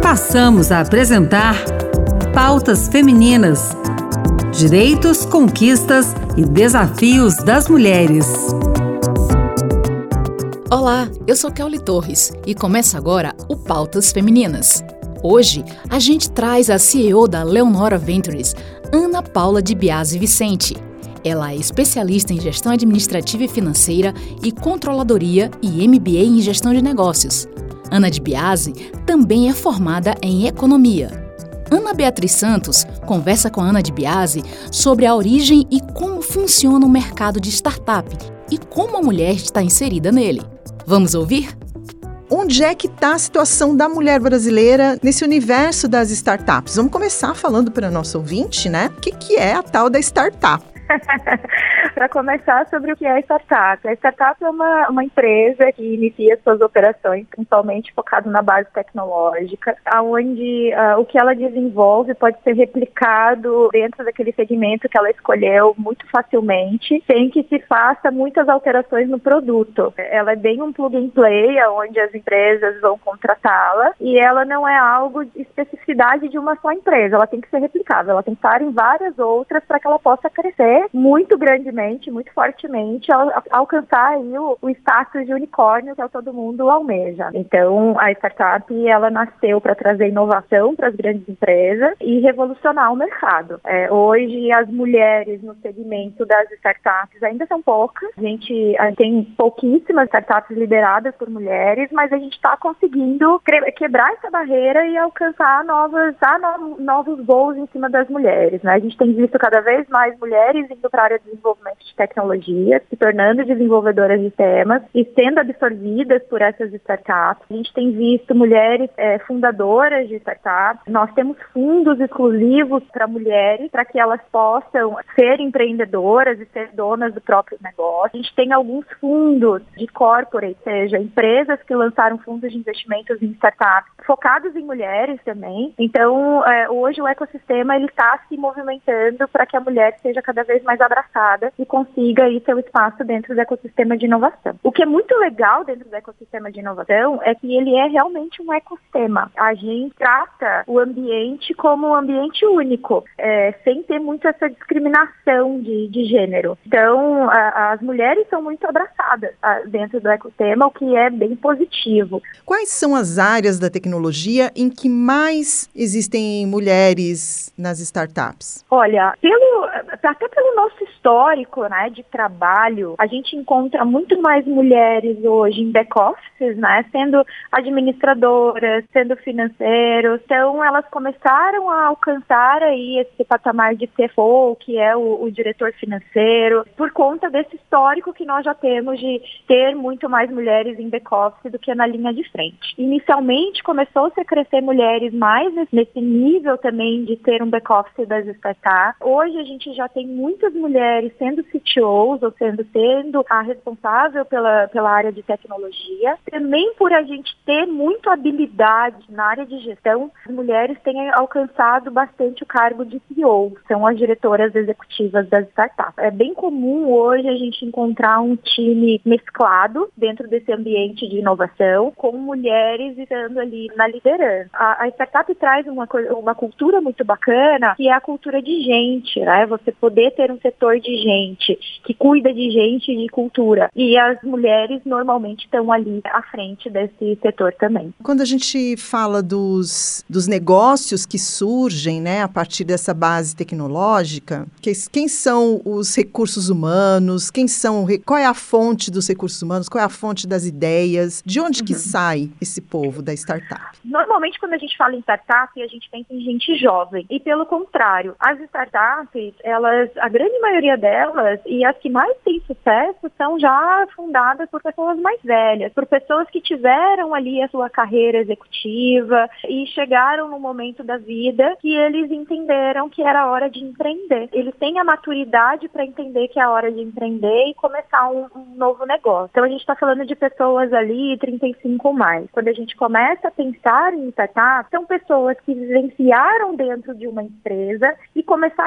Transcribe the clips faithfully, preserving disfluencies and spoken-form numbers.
passamos a apresentar Pautas Femininas: Direitos, Conquistas e Desafios das Mulheres. Olá, eu sou Kelly Torres e começa agora o Pautas Femininas. Hoje, a gente traz a C E O da Leonora Ventures, Ana Paula de Biasi Vicente. Ela é especialista em gestão administrativa e financeira e controladoria e M B A em gestão de negócios. Ana de Biasi também é formada em economia. Ana Beatriz Santos conversa com a Ana de Biasi sobre a origem e como funciona o mercado de startup e como a mulher está inserida nele. Vamos ouvir? Onde é que está a situação da mulher brasileira nesse universo das startups? Vamos começar falando para o nosso ouvinte, né? O que, que é a tal da startup? Para começar, sobre o que é a startup. A startup é uma, uma empresa que inicia suas operações principalmente focado na base tecnológica, onde uh, o que ela desenvolve pode ser replicado dentro daquele segmento que ela escolheu muito facilmente, sem que se faça muitas alterações no produto. Ela é bem um plug and play, onde as empresas vão contratá-la, e ela não é algo de especificidade de uma só empresa, ela tem que ser replicável, ela tem que estar em várias outras para que ela possa crescer muito grandemente, muito fortemente, al- alcançar aí o, o status de unicórnio que é o todo mundo almeja. Então, a startup, ela nasceu para trazer inovação para as grandes empresas e revolucionar o mercado. É, hoje, as mulheres no segmento das startups ainda são poucas. A gente, a gente tem pouquíssimas startups lideradas por mulheres, mas a gente está conseguindo cre- quebrar essa barreira e alcançar novas, ah, no- novos gols em cima das mulheres, né? A gente tem visto cada vez mais mulheres indo para a área de desenvolvimento de tecnologia, se tornando desenvolvedoras de sistemas e sendo absorvidas por essas startups. A gente tem visto mulheres é, fundadoras de startups. Nós temos fundos exclusivos para mulheres, para que elas possam ser empreendedoras e ser donas do próprio negócio. A gente tem alguns fundos de corporate, ou seja, empresas que lançaram fundos de investimentos em startups focados em mulheres também. Então, é, hoje o ecossistema ele está se movimentando para que a mulher seja cada vez mais abraçada e consiga aí seu espaço dentro do ecossistema de inovação. O que é muito legal dentro do ecossistema de inovação é que ele é realmente um ecossistema. A gente trata o ambiente como um ambiente único, é, sem ter muito essa discriminação de, de gênero. Então, a, as mulheres são muito abraçadas a, dentro do ecossistema, o que é bem positivo. Quais são as áreas da tecnologia em que mais existem mulheres nas startups? Olha, pelo, até pelo nosso histórico, né, de trabalho, a gente encontra muito mais mulheres hoje em back-offices, né, sendo administradoras, sendo financeiros. Então, elas começaram a alcançar aí esse patamar de C F O, que é o, o diretor financeiro, por conta desse histórico que nós já temos de ter muito mais mulheres em back-office do que na linha de frente. Inicialmente, começou-se a crescer mulheres mais nesse, nesse nível também de ter um back-office das startups. Hoje, a gente já tem muitas mulheres sendo C T Os, ou sendo, sendo a responsável pela, pela área de tecnologia. Também por a gente ter muita habilidade na área de gestão, as mulheres têm alcançado bastante o cargo de C E O, são as diretoras executivas das startups. É bem comum hoje a gente encontrar um time mesclado dentro desse ambiente de inovação, com mulheres estando ali na liderança. A, a startup traz uma, uma cultura muito bacana, que é a cultura de gente, né? Você poder ter um setor de gente, que cuida de gente e de cultura. E as mulheres normalmente estão ali à frente desse setor também. Quando a gente fala dos, dos negócios que surgem, né, a partir dessa base tecnológica, que, quem são os recursos humanos, quem são, qual é a fonte dos recursos humanos, qual é a fonte das ideias, de onde uhum. que sai esse povo da startup? Normalmente, quando a gente fala em startup, a gente pensa em gente jovem. E pelo contrário, as startups, elas, a grande maioria delas, e as que mais têm sucesso, são já fundadas por pessoas mais velhas, por pessoas que tiveram ali a sua carreira executiva e chegaram no momento da vida que eles entenderam que era hora de empreender. Eles têm a maturidade para entender que é a hora de empreender e começar um, um novo negócio. Então, a gente está falando de pessoas ali trinta e cinco ou mais. Quando a gente começa a pensar em startup, são pessoas que vivenciaram dentro de uma empresa e começaram a perceber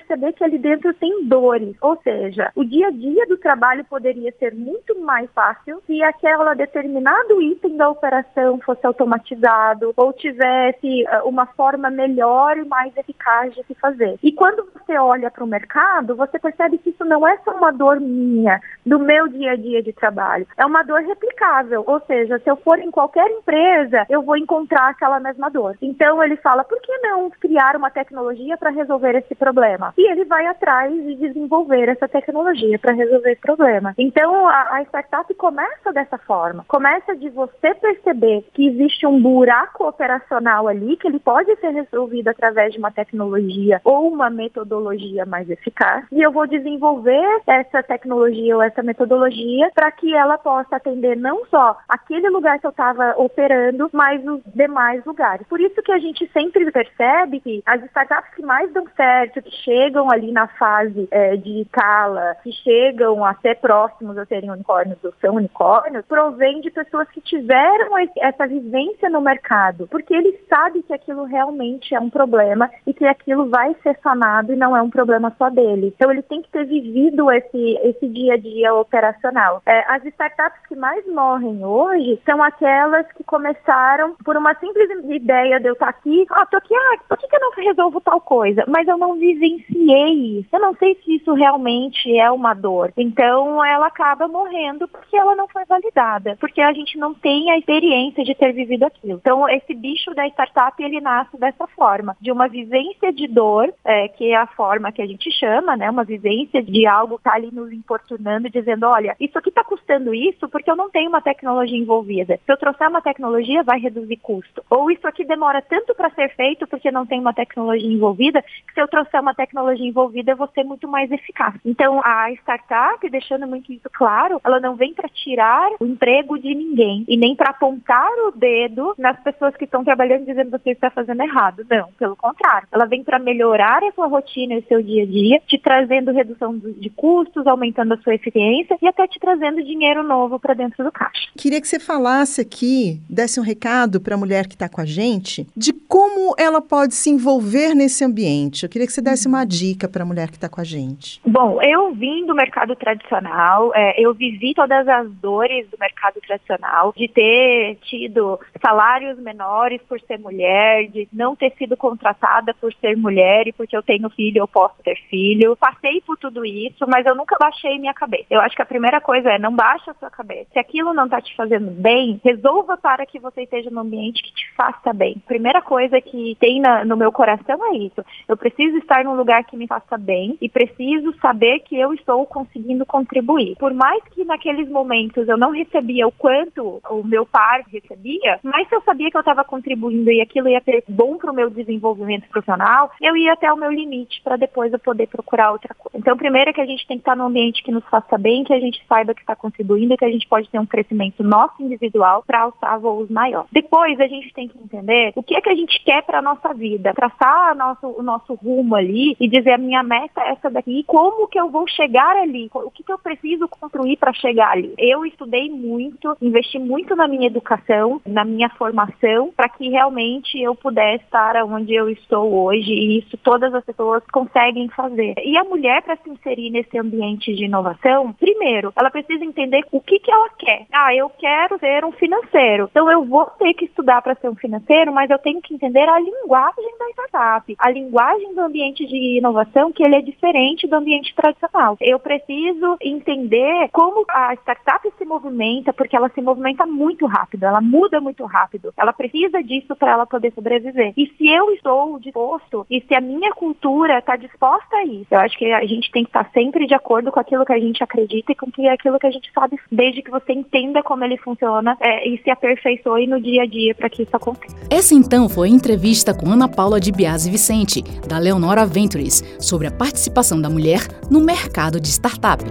perceber que ali dentro tem dores, ou seja, o dia a dia do trabalho poderia ser muito mais fácil se aquela determinado item da operação fosse automatizado ou tivesse uh, uma forma melhor e mais eficaz de se fazer. E quando você olha para o mercado, você percebe que isso não é só uma dor minha, do meu dia a dia de trabalho, é uma dor replicável, ou seja, se eu for em qualquer empresa, eu vou encontrar aquela mesma dor. Então ele fala, por que não criar uma tecnologia para resolver esse problema? E ele vai atrás de desenvolver essa tecnologia para resolver esse problema. Então a, a startup começa dessa forma, começa de você perceber que existe um buraco operacional ali, que ele pode ser resolvido através de uma tecnologia ou uma metodologia mais eficaz, e eu vou desenvolver essa tecnologia ou essa metodologia para que ela possa atender não só aquele lugar que eu estava operando, mas os demais lugares. Por isso que a gente sempre percebe que as startups que mais dão certo, que chegam ali na fase é, de escala, que chegam até próximos a serem unicórnios ou são unicórnios, provém de pessoas que tiveram essa vivência no mercado, porque eles sabem que aquilo realmente é um problema e que aquilo vai ser sanado e não é um problema só dele. Então ele tem que ter vivido esse, esse dia a dia operacional. É, as startups que mais morrem hoje são aquelas que começaram por uma simples ideia de eu estar aqui, ah, tô aqui, ah, por que, que eu não resolvo tal coisa? Mas eu não vivenciei isso. Eu não sei se isso realmente é uma dor. Então ela acaba morrendo porque ela não foi validada, porque a gente não tem a experiência de ter vivido aquilo. Então esse bicho da startup, ele nasce dessa forma, de uma vivência de dor, é, que é a forma que a gente chama, né, uma vivência de algo que tá ali nos importunando, dizendo, olha, isso aqui tá custando isso porque eu não tenho uma tecnologia envolvida. Se eu trouxer uma tecnologia, vai reduzir custo. Ou isso aqui demora tanto para ser feito porque não tem uma tecnologia envolvida, que se eu trouxer uma tecnologia envolvida, eu vou ser muito mais eficaz. Então a startup, deixando muito isso claro, ela não vem para tirar o emprego de ninguém e nem para apontar o dedo nas pessoas que estão trabalhando dizendo que você está fazendo errado. Não, pelo contrário. Ela vem para melhorar a sua rotina e o seu dia a dia, te trazendo redução de custos, aumentando a sua eficiência e até te trazendo dinheiro novo para dentro do caixa. Queria que você falasse aqui, desse um recado para a mulher que está com a gente, de como ela pode se envolver nesse ambiente. Eu queria que você desse uma dica para a mulher que está com a gente. Bom, eu vim do mercado tradicional, é, eu vivi todas as dores do mercado tradicional, de ter tido salários menores por ser mulher, de não ter sido contratada por ser mulher e porque eu tenho filho, eu posso ter filho. Passei por tudo isso, mas eu nunca baixei minha cabeça. Eu acho que a primeira coisa é, não baixa a sua cabeça. Se aquilo não está te fazendo bem, resolva para que você esteja num ambiente que te faça bem. A primeira coisa que tem na, no meu coração é isso. Eu preciso estar num lugar que me faça bem e preciso saber que eu estou conseguindo contribuir. Por mais que naqueles momentos eu não recebia o quanto o meu par recebia, mas se eu sabia que eu estava contribuindo e aquilo ia ser bom para o meu desenvolvimento profissional, eu ia até o meu limite para depois eu poder procurar outra coisa. Então, primeiro é que a gente tem que estar num ambiente que nos faça bem, que a gente saiba que está contribuindo e que a gente pode ter um crescimento nosso individual para alçar voos maiores. Depois, a gente tem que entender o que é que a gente quer para a nossa vida, traçar nosso, o nosso rumo ali e dizer a minha meta é essa daqui, como que eu vou chegar ali, o que, que eu preciso construir para chegar ali. Eu estudei muito, investi muito na minha educação, na minha formação, para que realmente eu pudesse estar onde eu estou hoje, e isso todas as pessoas conseguem fazer. E a mulher, para se inserir nesse ambiente de inovação, primeiro, ela precisa entender o que, que ela quer. Ah, eu quero ser um financeiro, então eu vou ter que estudar para ser um financeiro, mas eu tenho que entender a linguagem da startup, a linguagem do ambiente de inovação, que ele é diferente do ambiente tradicional. Eu preciso entender como a startup se movimenta, porque ela se movimenta muito rápido, ela muda muito rápido, ela precisa disso para ela poder sobreviver. E se eu estou disposto, e se a minha cultura está disposta a isso, eu acho que a gente tem que estar sempre de acordo com aquilo que a gente acredita e com aquilo que a gente sabe, desde que você entenda como ele funciona é, e se aperfeiçoe no dia a dia para que isso aconteça. Essa então foi a entrevista com Ana Paula de Biasi Vicente, da Leonora Ventures, sobre a participação da mulher no mercado de startup.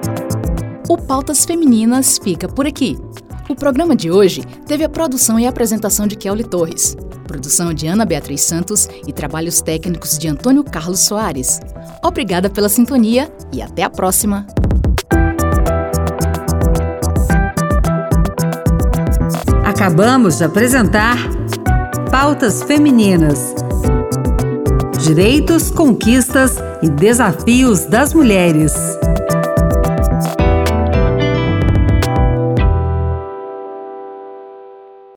O Pautas Femininas fica por aqui. O programa de hoje teve a produção e a apresentação de Kelly Torres, produção de Ana Beatriz Santos e trabalhos técnicos de Antônio Carlos Soares. Obrigada pela sintonia e até a próxima! Acabamos de apresentar Pautas Femininas. Direitos, conquistas e desafios das mulheres.